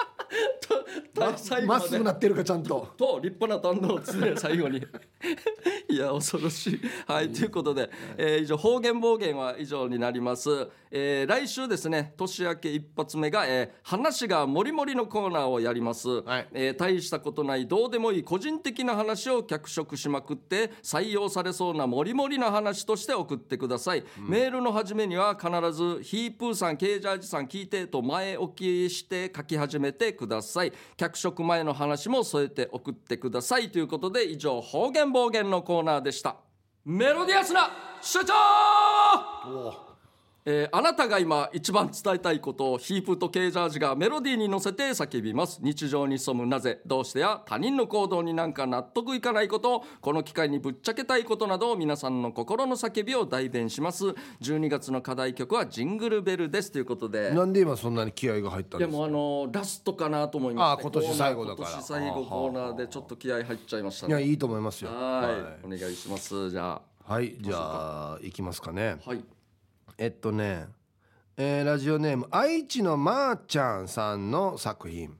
まっすぐなってるかちゃんと立派な単語をつね最後にいや恐ろしい。はい、ということで、以上方言暴言は以上になります。来週ですね年明け一発目が、話がもりもりのコーナーをやります、はい。大したことないどうでもいい個人的な話を脚色しまくって採用されそうなもりもりな話として送ってください、メールの始めには必ずヒープーさんケージャージさん聞いてと前置きして書き始めてください。脚色前の話も添えて送ってくださいということで以上方言暴言のコーナーでした。メロディアスな社長あなたが今一番伝えたいことをヒープとケージャージがメロディーに乗せて叫びます。日常に潜むなぜ、どうしてや他人の行動になんか納得いかないこと、この機会にぶっちゃけたいことなど、皆さんの心の叫びを代弁します。12月の課題曲はジングルベルですということで。 なんで今そんなに気合が入ったんですか。 いやもうラストかなと思いました、 今年最後だから。 今年最後コーナーでちょっと気合入っちゃいましたね。 いやいいと思いますよ。 はい、お願いします。じゃあはい、じゃあいきますかね。 はい。 ラジオネーム愛知のまーちゃんさんの作品。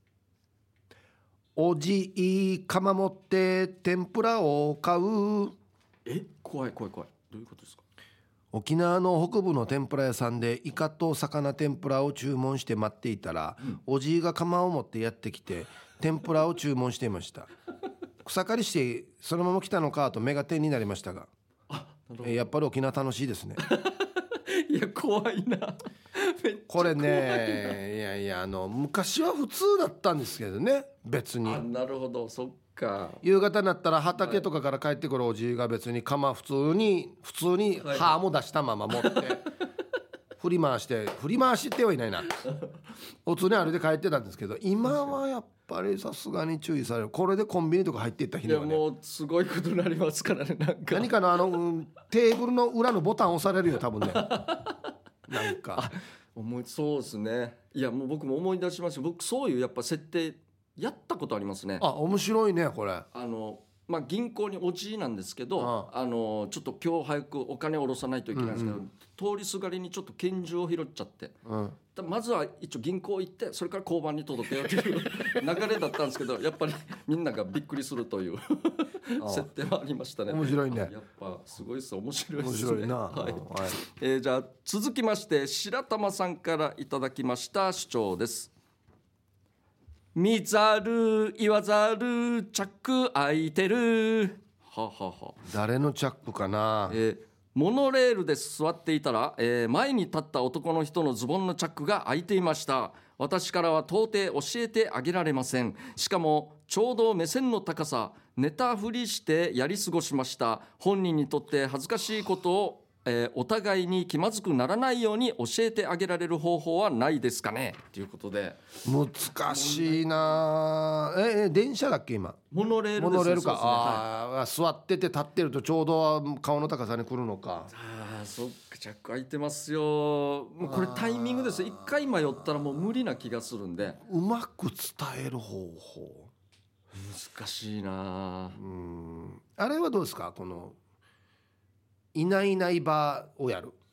おじい釜持って天ぷらを買う。 怖いどういうことですか。 沖縄の北部の天ぷら屋さんでイカと魚天ぷらを注文して待っていたら、おじいが釜を持ってやってきて天ぷらを注文していました。草刈りしてそのまま来たのかと目が点になりましたが、やっぱり沖縄楽しいですね。 いや怖いなこれね、いや昔は普通だったんですけどね、別に。 なるほど、そっか。 夕方になったら畑とかから帰ってくるおじいが別に釜普通に歯も出したまま持って振り回してはいないな普通にあれで帰ってたんですけど、今はやっぱりさすがに注意される。これでコンビニとか入っていった日にはね、 いやもうすごいことになりますからね。 何かのテーブルの裏のボタン押されるよ多分ねなんかそうですね。いやもう僕も思い出しました。僕そういうやっぱ設定やったことありますね。 面白いねこれ。 銀行におじいなんですけど、ちょっと今日早くお金を下ろさないといけないんですけど、通りすがりにちょっと拳銃を拾っちゃって、まずは一応銀行行ってそれから交番に届けようという流れだったんですけど、やっぱりみんながびっくりするという設定はありましたね。 面白いね。 やっぱすごいです。面白いですね。 面白いな。 はいじゃあ続きまして白玉さんからいただきました主張です。見ざる言わざるチャック開いてる。 誰のチャックかな。 モノレールで座っていたら、前に立った男の人のズボンのチャックが開いていました。私からは到底教えてあげられません。しかもちょうど目線の高さ、寝たふりしてやり過ごしました。本人にとって恥ずかしいことをお互いに気まずくならないように教えてあげられる方法はないですかねということで。 難しいな。電車だっけ今。 モノレールです。 モノレールか。座ってて立ってるとちょうど顔の高さに来るのか。 そっか、チャック開いてますよ。もうこれタイミングです。一回迷ったらもう無理な気がするんで。 うまく伝える方法難しいな。 あれはどうですか、このいないいないばをやる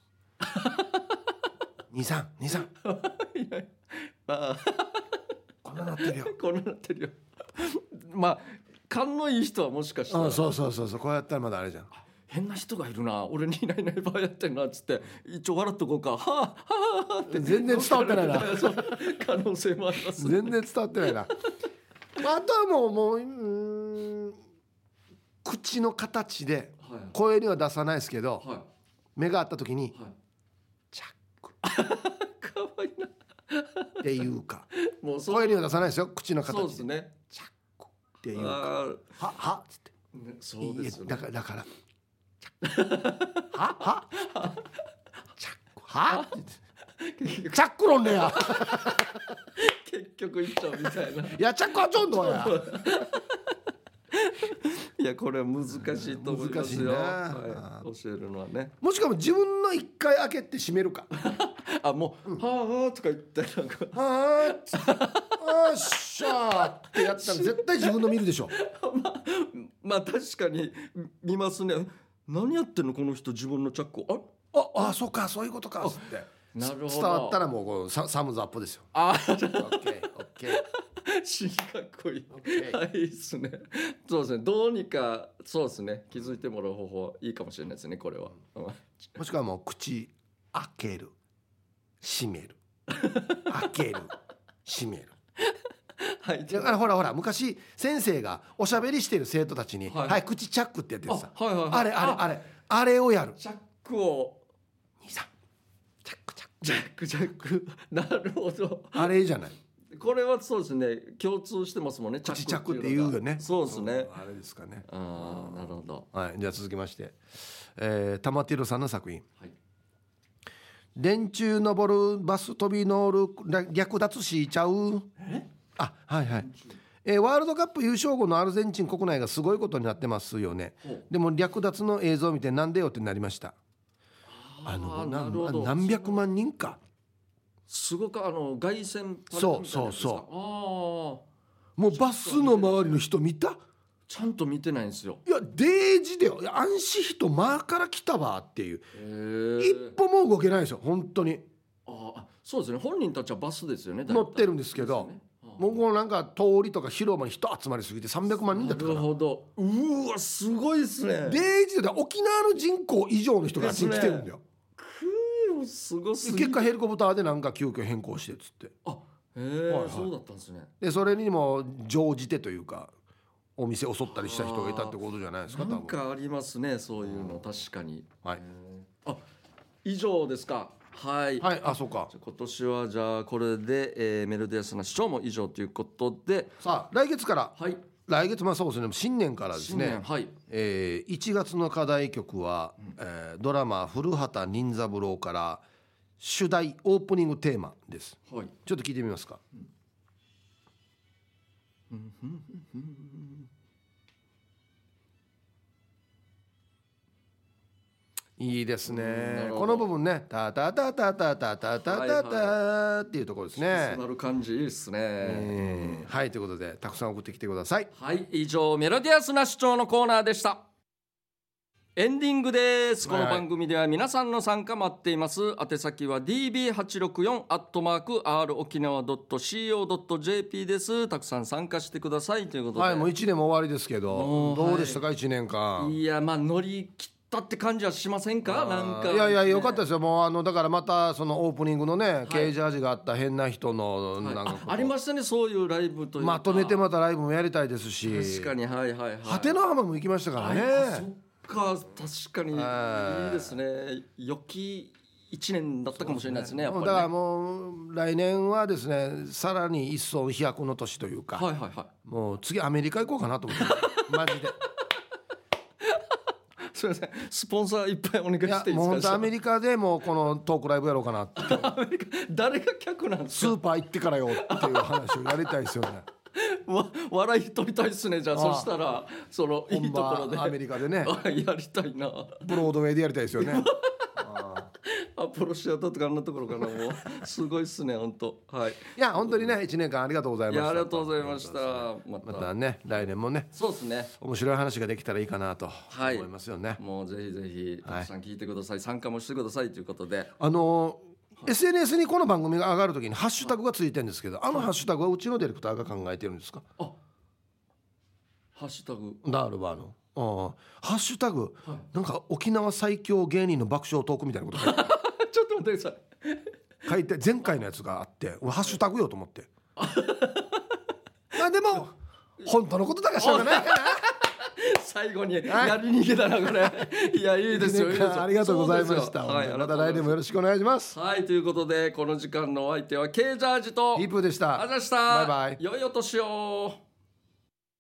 23こんななってるよこんななってるよまあ勘のいい人はもしかしたらそうこうやったらまだあれじゃん。 変な人がいるな、俺にいないいないばやってんなっつって一応笑っとこうか、はあって全然伝わってないな可能性もあります、ね、 全然伝わってないなあとはもう口の形で声には出さないですけど、目が合った時に、チャックかわいいなっていうかもう声には出さないですよ、口の形で。 そうですね、 チャックっていうかはっつって、 そうですよね、 だからチャックはチャックはチャックロンねや結局言っちゃうみたいな。 いやチャックはちょんどやいやこれは難しいと思いますよ。教えるのはね。 もしかも自分の一回開けて閉めるかもう、はあとか言ってなんかはあっしゃーってやったら絶対自分の見るでしょまあ確かに見ますね。何やってんのこの人、自分のチャックをそうか、そういうことかっつって、 なるほど、 伝わったらもうこうサムズアップですよ。 オッケーしかっこいい、はいいいっすね。そうですね、どうにかそうですね、気づいてもらう方法いいかもしれないですね、これは。 もしくはもう口開ける閉める開ける閉めるはい、 だからほら昔先生がおしゃべりしてる生徒たちに、はい口チャックってやってさ、あれをやる。 チャックを 23 チャックなるほど、 あれじゃない。 これはそうですね、共通してますもんね、 口チャックっていうよね。 そうですね、 あれですかね。 なるほど。 はい、じゃあ続きまして、玉ティロさんの作品、 電柱登るバス飛び乗る略奪しちゃう。あ、はいはい。ワールドカップ優勝後のアルゼンチン国内がすごいことになってますよね。でも略奪の映像を見てなんでよってなりました。何百万人か。 すごく凱旋パレードみたいなやつですか。 もうバスの周りの人見た？ ちゃんと見てないんですよ。 いやデージだよ。安心人前から来たわっていう。一歩も動けないですよ本当に。 そうですね。本人たちはバスですよね。 乗ってるんですけど、もうこのなんか通りとか広場に人集まりすぎて300万人だったから。 なるほど。うわすごいですね。 デージで沖縄の人口以上の人があっちに来てるんだよ。 すごすぎ結果ヘリコプターでなんか急遽変更してっつって。 そうだったんですね。 でそれにも乗じてというかお店襲ったりした人がいたってことじゃないですか。 なんかありますねそういうの。確かに。 はい。 以上ですか。はい、 はい、そうか。 今年はじゃあこれで、メロディアスな主張も以上ということで、 さあ来月から、 はい、 来月そうですね、新年からですね、 はい、 1月の課題曲は、ドラマ古畑任三郎から主題オープニングテーマです、はい、ちょっと聞いてみますか。いいですね。この部分ね、タタタタタタタタタタっていうところですね。 なる感じいいですね。 はい、ということでたくさん送ってきてください。 はい、以上メロディアスな主張のコーナーでした。エンディングです。この番組では皆さんの参加待っています。宛先は db864@r-okinawa.co.jp です。たくさん参加してくださいということで。 はい、もう1年も終わりですけど、どうでしたか、1年間。 いや、乗り切ったって感じはしませんか。なんかいやよかったですよ。もうだからまたそのオープニングのね、ケージ味があった変な人のなんか、 ありましたね、そういうライブというかまとめてまたライブもやりたいですし。 確かに。 果ての浜も行きましたからね。 確かにいいですね。良き1年だったかもしれないですね。やっぱりね。 だからもう来年はですね、さらに一層飛躍の年というか、もう次アメリカ行こうかなと思ってマジで。 すみません、スポンサーいっぱいお願いしていいですか。 もう本当アメリカでもうこのトークライブやろうかなって。 アメリカ誰が客なんですか。 スーパー行ってからよっていう話をやりたいですよね。 笑い取りたいですね。じゃあそしたらそのいいところでアメリカでねやりたいな。 ブロードウェイでやりたいですよね。 アポロシアターとかあんなところかな。もうすごいっすね本当。はい。いや本当にね、1年間ありがとうございました。 ありがとうございました。 またね、来年もね、 そうですね、 面白い話ができたらいいかなと思いますよね。 もうぜひぜひたくさん聞いてください。参加もしてくださいということで、 SNS にこの番組が上がるときにハッシュタグがついてるんですけど、ハッシュタグはうちのディレクターが考えてるんですか。 ハッシュタグダールバーのハッシュタグ、なんか沖縄最強芸人の爆笑トークみたいなこと書いてちょっと待ってください。 書いて、前回のやつがあって俺ハッシュタグよと思ってでも本当のことだからしょうがないかな。 最後にやりに行けたなこれ。いやいいですよ。 ありがとうございました。また来年もよろしくお願いします。 はい、ということでこの時間のお相手はケージャージとヒープーでした。 あざした。 バイバイ。 良いお年を。